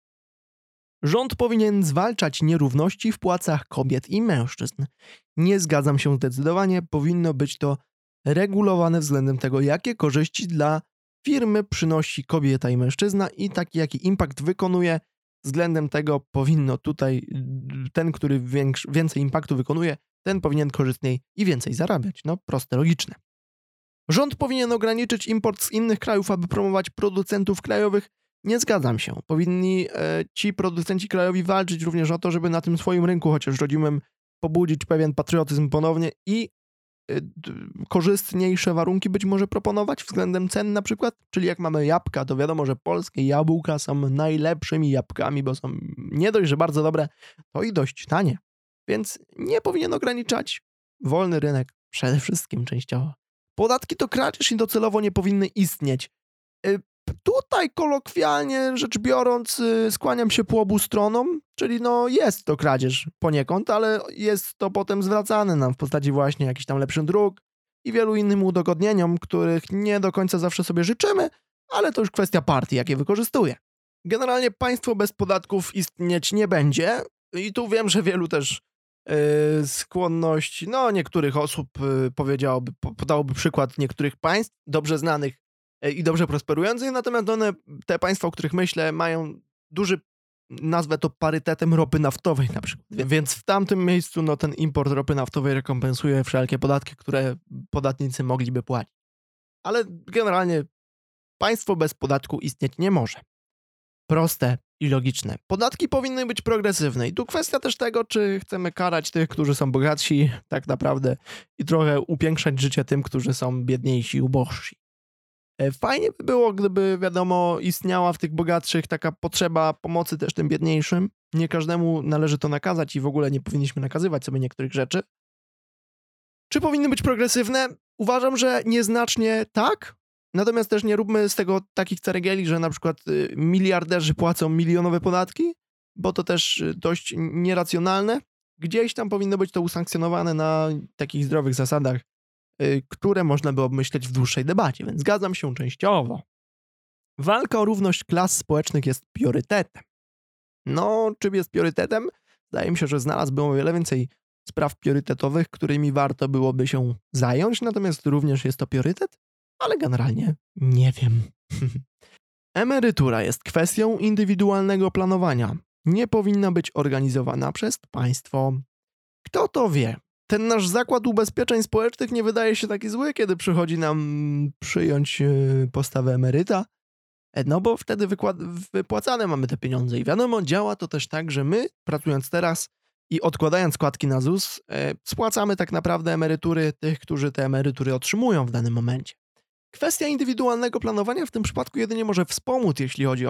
Rząd powinien zwalczać nierówności w płacach kobiet i mężczyzn. Nie zgadzam się zdecydowanie, powinno być to regulowane względem tego, jakie korzyści dla firmy przynosi kobieta i mężczyzna i jaki impact wykonuje. Względem tego powinno tutaj ten, który więcej impaktu wykonuje, ten powinien korzystniej i więcej zarabiać. No proste, logiczne. Rząd powinien ograniczyć import z innych krajów, aby promować producentów krajowych. Nie zgadzam się. Powinni ci producenci krajowi walczyć również o to, żeby na tym swoim rynku, chociaż rodzimym, pobudzić pewien patriotyzm ponownie i korzystniejsze warunki być może proponować względem cen na przykład. Czyli jak mamy jabłka, to wiadomo, że polskie jabłka są najlepszymi jabłkami, bo są nie dość, że bardzo dobre, to i dość tanie. Więc nie powinien ograniczać. Wolny rynek przede wszystkim częściowo. Podatki to kradzież i docelowo nie powinny istnieć. Tutaj kolokwialnie rzecz biorąc skłaniam się po obu stronom, czyli jest to kradzież poniekąd, ale jest to potem zwracane nam w postaci właśnie jakichś tam lepszych dróg i wielu innym udogodnieniom, których nie do końca zawsze sobie życzymy, ale to już kwestia partii, jakie wykorzystuje. Generalnie państwo bez podatków istnieć nie będzie i tu wiem, że wielu też skłonności, niektórych osób podałoby przykład niektórych państw dobrze znanych i dobrze prosperujących, natomiast te państwa, o których myślę, mają duży, nazwę to parytetem ropy naftowej na przykład. Więc w tamtym miejscu ten import ropy naftowej rekompensuje wszelkie podatki, które podatnicy mogliby płacić. Ale generalnie państwo bez podatku istnieć nie może. Proste i logiczne. Podatki powinny być progresywne i tu kwestia też tego, czy chcemy karać tych, którzy są bogatsi tak naprawdę i trochę upiększać życie tym, którzy są biedniejsi i ubożsi. Fajnie by było, gdyby, wiadomo, istniała w tych bogatszych taka potrzeba pomocy też tym biedniejszym. Nie każdemu należy to nakazać i w ogóle nie powinniśmy nakazywać sobie niektórych rzeczy. Czy powinny być progresywne? Uważam, że nieznacznie tak. Natomiast też nie róbmy z tego takich ceregieli, że na przykład miliarderzy płacą milionowe podatki, bo to też dość nieracjonalne. Gdzieś tam powinno być to usankcjonowane na takich zdrowych zasadach, które można by obmyśleć w dłuższej debacie, więc zgadzam się częściowo. Walka o równość klas społecznych jest priorytetem. Czym jest priorytetem? Wydaje mi się, że znalazłbym o wiele więcej spraw priorytetowych, którymi warto byłoby się zająć, natomiast również jest to priorytet, ale generalnie nie wiem. Emerytura jest kwestią indywidualnego planowania. Nie powinna być organizowana przez państwo. Kto to wie? Ten nasz zakład ubezpieczeń społecznych nie wydaje się taki zły, kiedy przychodzi nam przyjąć postawę emeryta. No bo wtedy wypłacane mamy te pieniądze i wiadomo, działa to też tak, że my, pracując teraz i odkładając składki na ZUS, spłacamy tak naprawdę emerytury tych, którzy te emerytury otrzymują w danym momencie. Kwestia indywidualnego planowania w tym przypadku jedynie może wspomóc, jeśli chodzi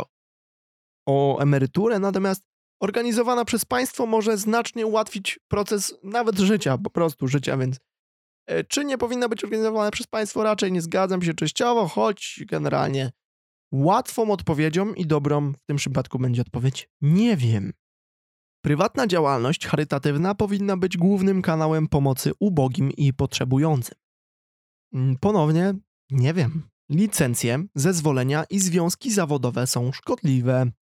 o emeryturę, natomiast organizowana przez państwo może znacznie ułatwić proces nawet życia, po prostu życia, więc czy nie powinna być organizowana przez państwo? Raczej nie zgadzam się częściowo, choć generalnie łatwą odpowiedzią i dobrą w tym przypadku będzie odpowiedź nie wiem. Prywatna działalność charytatywna powinna być głównym kanałem pomocy ubogim i potrzebującym. Ponownie, nie wiem. Licencje, zezwolenia i związki zawodowe są szkodliwe.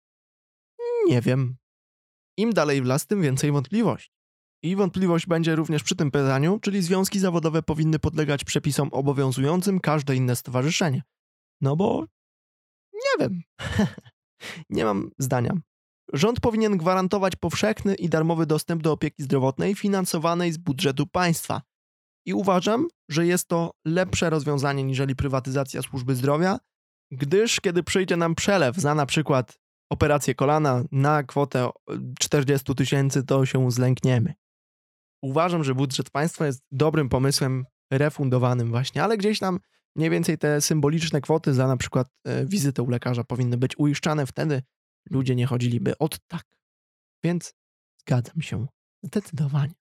Nie wiem. Im dalej w las, tym więcej wątpliwości. I wątpliwość będzie również przy tym pytaniu, czyli związki zawodowe powinny podlegać przepisom obowiązującym każde inne stowarzyszenie. No bo nie wiem. Nie mam zdania. Rząd powinien gwarantować powszechny i darmowy dostęp do opieki zdrowotnej finansowanej z budżetu państwa. I uważam, że jest to lepsze rozwiązanie niżeli prywatyzacja służby zdrowia, gdyż kiedy przyjdzie nam przelew za na przykład operację kolana na kwotę 40 000, to się zlękniemy. Uważam, że budżet państwa jest dobrym pomysłem refundowanym właśnie, ale gdzieś tam mniej więcej te symboliczne kwoty za na przykład wizytę u lekarza powinny być uiszczane, wtedy ludzie nie chodziliby od tak. Więc zgadzam się zdecydowanie.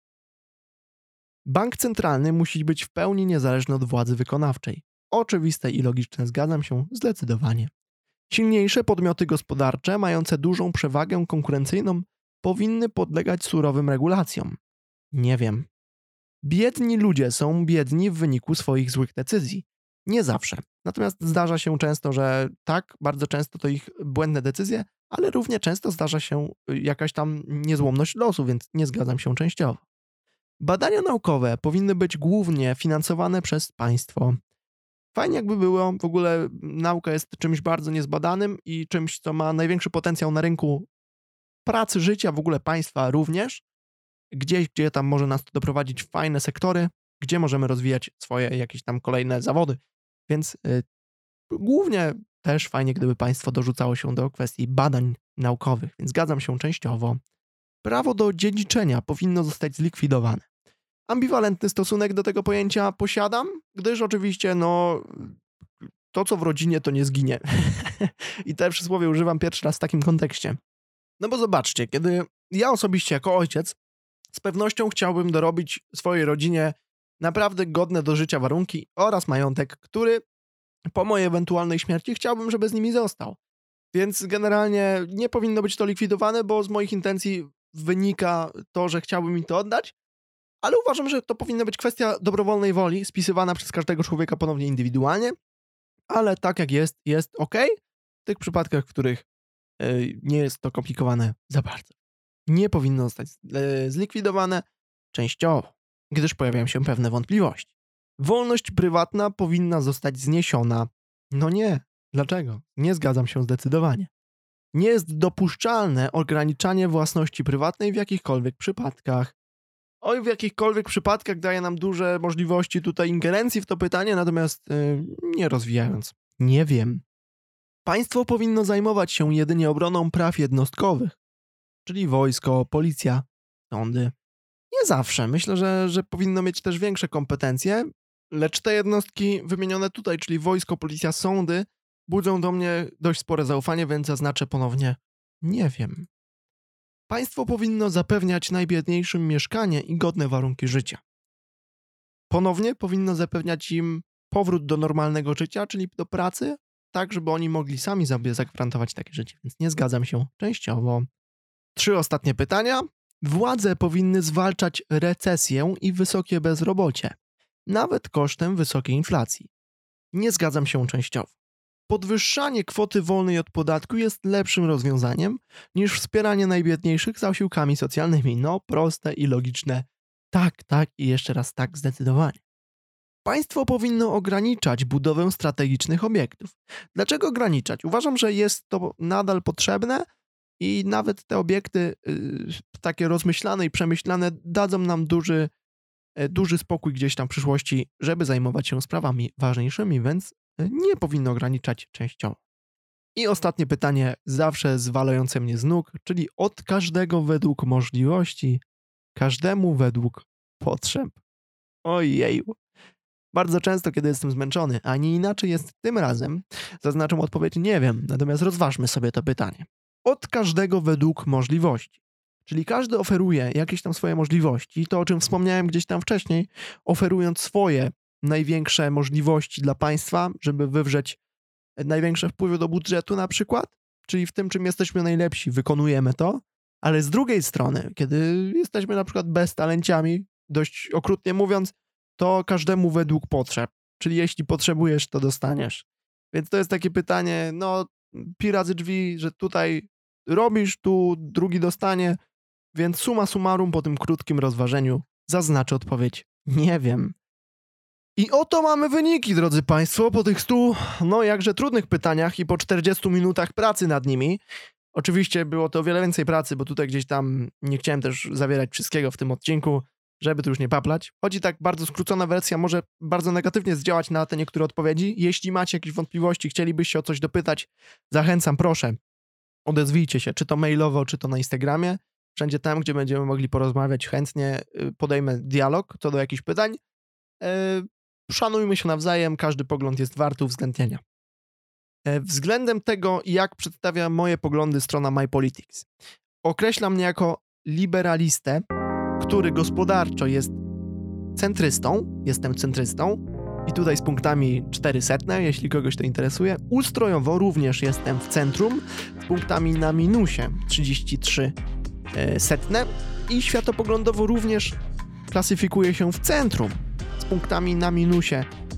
Bank centralny musi być w pełni niezależny od władzy wykonawczej. Oczywiste i logiczne, zgadzam się zdecydowanie. Silniejsze podmioty gospodarcze, mające dużą przewagę konkurencyjną, powinny podlegać surowym regulacjom. Nie wiem. Biedni ludzie są biedni w wyniku swoich złych decyzji. Nie zawsze. Natomiast zdarza się często, że tak, bardzo często to ich błędne decyzje, ale równie często zdarza się jakaś tam niezłomność losu, więc nie zgadzam się częściowo. Badania naukowe powinny być głównie finansowane przez państwo. Fajnie jakby było, w ogóle nauka jest czymś bardzo niezbadanym i czymś, co ma największy potencjał na rynku pracy, życia, w ogóle państwa również. Gdzieś, gdzie tam może nas to doprowadzić w fajne sektory, gdzie możemy rozwijać swoje jakieś tam kolejne zawody. Więc głównie też fajnie, gdyby państwo dorzucało się do kwestii badań naukowych, więc zgadzam się częściowo. Prawo do dziedziczenia powinno zostać zlikwidowane. Ambiwalentny stosunek do tego pojęcia posiadam, gdyż oczywiście to co w rodzinie to nie zginie. I te przysłowie używam pierwszy raz w takim kontekście. No bo zobaczcie, kiedy ja osobiście jako ojciec z pewnością chciałbym dorobić swojej rodzinie naprawdę godne do życia warunki oraz majątek, który po mojej ewentualnej śmierci chciałbym, żeby z nimi został. Więc generalnie nie powinno być to likwidowane, bo z moich intencji wynika to, że chciałbym im to oddać, ale uważam, że to powinna być kwestia dobrowolnej woli, spisywana przez każdego człowieka ponownie indywidualnie, ale tak jak jest ok. W tych przypadkach, w których nie jest to komplikowane za bardzo. Nie powinno zostać zlikwidowane częściowo, gdyż pojawiają się pewne wątpliwości. Wolność prywatna powinna zostać zniesiona. No nie. Dlaczego? Nie zgadzam się zdecydowanie. Nie jest dopuszczalne ograniczanie własności prywatnej w jakichkolwiek przypadkach. W jakichkolwiek przypadkach daje nam duże możliwości tutaj ingerencji w to pytanie, natomiast nie rozwijając. Nie wiem. Państwo powinno zajmować się jedynie obroną praw jednostkowych, czyli wojsko, policja, sądy. Nie zawsze. Myślę, że powinno mieć też większe kompetencje, lecz te jednostki wymienione tutaj, czyli wojsko, policja, sądy, budzą do mnie dość spore zaufanie, więc zaznaczę ponownie nie wiem. Państwo powinno zapewniać najbiedniejszym mieszkanie i godne warunki życia. Ponownie powinno zapewniać im powrót do normalnego życia, czyli do pracy, tak żeby oni mogli sami sobie zagwarantować takie życie, więc nie zgadzam się częściowo. 3 ostatnie pytania. Władze powinny zwalczać recesję i wysokie bezrobocie, nawet kosztem wysokiej inflacji. Nie zgadzam się częściowo. Podwyższanie kwoty wolnej od podatku jest lepszym rozwiązaniem niż wspieranie najbiedniejszych zasiłkami socjalnymi. No, proste i logiczne. Tak i jeszcze raz tak, zdecydowanie. Państwo powinno ograniczać budowę strategicznych obiektów. Dlaczego ograniczać? Uważam, że jest to nadal potrzebne i nawet te obiekty takie rozmyślane i przemyślane dadzą nam duży spokój gdzieś tam w przyszłości, żeby zajmować się sprawami ważniejszymi, więc nie powinno ograniczać częściowo. I ostatnie pytanie, zawsze zwalające mnie z nóg, czyli od każdego według możliwości, każdemu według potrzeb. Ojeju. Bardzo często, kiedy jestem zmęczony, a nie inaczej jest tym razem, zaznaczam odpowiedź nie wiem, natomiast rozważmy sobie to pytanie. Od każdego według możliwości. Czyli każdy oferuje jakieś tam swoje możliwości, to o czym wspomniałem gdzieś tam wcześniej, oferując swoje największe możliwości dla państwa, żeby wywrzeć największe wpływy do budżetu na przykład, czyli w tym, czym jesteśmy najlepsi, wykonujemy to, ale z drugiej strony, kiedy jesteśmy na przykład beztalenciami, dość okrutnie mówiąc, to każdemu według potrzeb, czyli jeśli potrzebujesz, to dostaniesz. Więc to jest takie pytanie, pi razy drzwi, że tutaj robisz, tu drugi dostanie, więc summa summarum po tym krótkim rozważeniu zaznaczę odpowiedź nie wiem. I oto mamy wyniki, drodzy Państwo, po tych 100, jakże trudnych pytaniach i po 40 minutach pracy nad nimi. Oczywiście było to o wiele więcej pracy, bo tutaj gdzieś tam nie chciałem też zawierać wszystkiego w tym odcinku, żeby tu już nie paplać. Chodzi tak bardzo skrócona wersja, może bardzo negatywnie zdziałać na te niektóre odpowiedzi. Jeśli macie jakieś wątpliwości, chcielibyście o coś dopytać, zachęcam, proszę, odezwijcie się, czy to mailowo, czy to na Instagramie. Wszędzie tam, gdzie będziemy mogli porozmawiać, chętnie podejmę dialog co do jakichś pytań. Szanujmy się nawzajem, każdy pogląd jest warty uwzględnienia. Względem tego, jak przedstawia moje poglądy strona MyPolitics. Określa mnie jako liberalistę, który gospodarczo jest centrystą, jestem centrystą i tutaj z punktami 400, jeśli kogoś to interesuje. Ustrojowo również jestem w centrum z punktami na minusie 33 setne i światopoglądowo również klasyfikuję się w centrum z punktami na minusie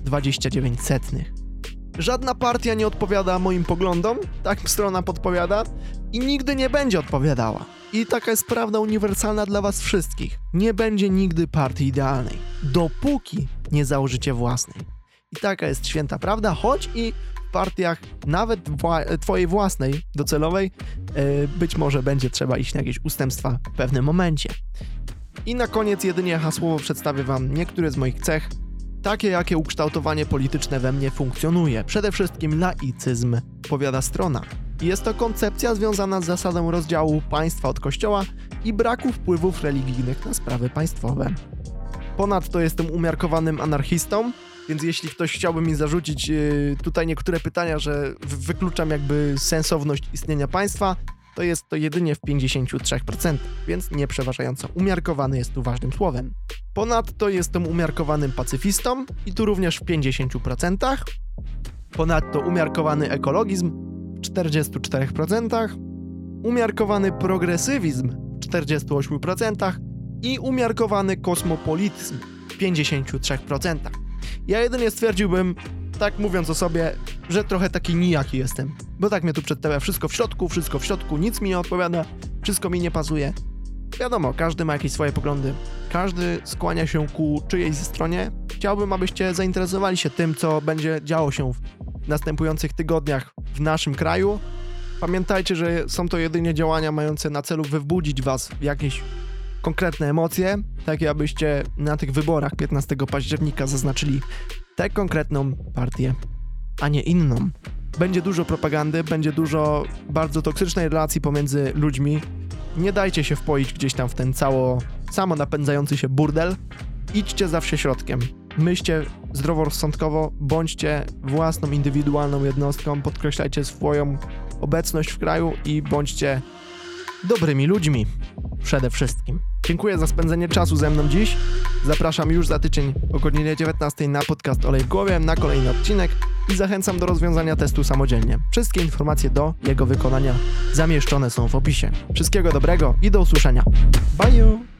29 setnych. Żadna partia nie odpowiada moim poglądom, tak strona podpowiada i nigdy nie będzie odpowiadała. I taka jest prawda uniwersalna dla was wszystkich. Nie będzie nigdy partii idealnej, dopóki nie założycie własnej. I taka jest święta prawda, choć i w partiach nawet twojej własnej, docelowej, być może będzie trzeba iść na jakieś ustępstwa w pewnym momencie. I na koniec jedynie hasłowo przedstawię wam niektóre z moich cech, takie jakie ukształtowanie polityczne we mnie funkcjonuje. Przede wszystkim laicyzm, powiada strona. Jest to koncepcja związana z zasadą rozdziału państwa od kościoła i braku wpływów religijnych na sprawy państwowe. Ponadto jestem umiarkowanym anarchistą, więc jeśli ktoś chciałby mi zarzucić tutaj niektóre pytania, że wykluczam jakby sensowność istnienia państwa, to jest to jedynie w 53%, więc nie przeważająco. Umiarkowany jest tu ważnym słowem. Ponadto jestem umiarkowanym pacyfistą i tu również w 50%. Ponadto umiarkowany ekologizm w 44%. Umiarkowany progresywizm w 48% i umiarkowany kosmopolityzm w 53%. Ja jedynie stwierdziłbym, tak mówiąc o sobie, że trochę taki nijaki jestem, bo tak mnie tu przedstawia wszystko w środku, nic mi nie odpowiada, wszystko mi nie pasuje. Wiadomo, każdy ma jakieś swoje poglądy, każdy skłania się ku czyjejś stronie. Chciałbym, abyście zainteresowali się tym, co będzie działo się w następujących tygodniach w naszym kraju. Pamiętajcie, że są to jedynie działania mające na celu wzbudzić was w jakieś konkretne emocje, takie abyście na tych wyborach 15 października zaznaczyli tę konkretną partię, a nie inną. Będzie dużo propagandy, będzie dużo bardzo toksycznej relacji pomiędzy ludźmi. Nie dajcie się wpoić gdzieś tam w ten samo napędzający się burdel. Idźcie zawsze środkiem. Myślcie zdroworozsądkowo, bądźcie własną, indywidualną jednostką, podkreślajcie swoją obecność w kraju i bądźcie dobrymi ludźmi przede wszystkim. Dziękuję za spędzenie czasu ze mną dziś. Zapraszam już za tydzień o godzinie 19 na podcast Olej w Głowie, na kolejny odcinek i zachęcam do rozwiązania testu samodzielnie. Wszystkie informacje do jego wykonania zamieszczone są w opisie. Wszystkiego dobrego i do usłyszenia. Bye!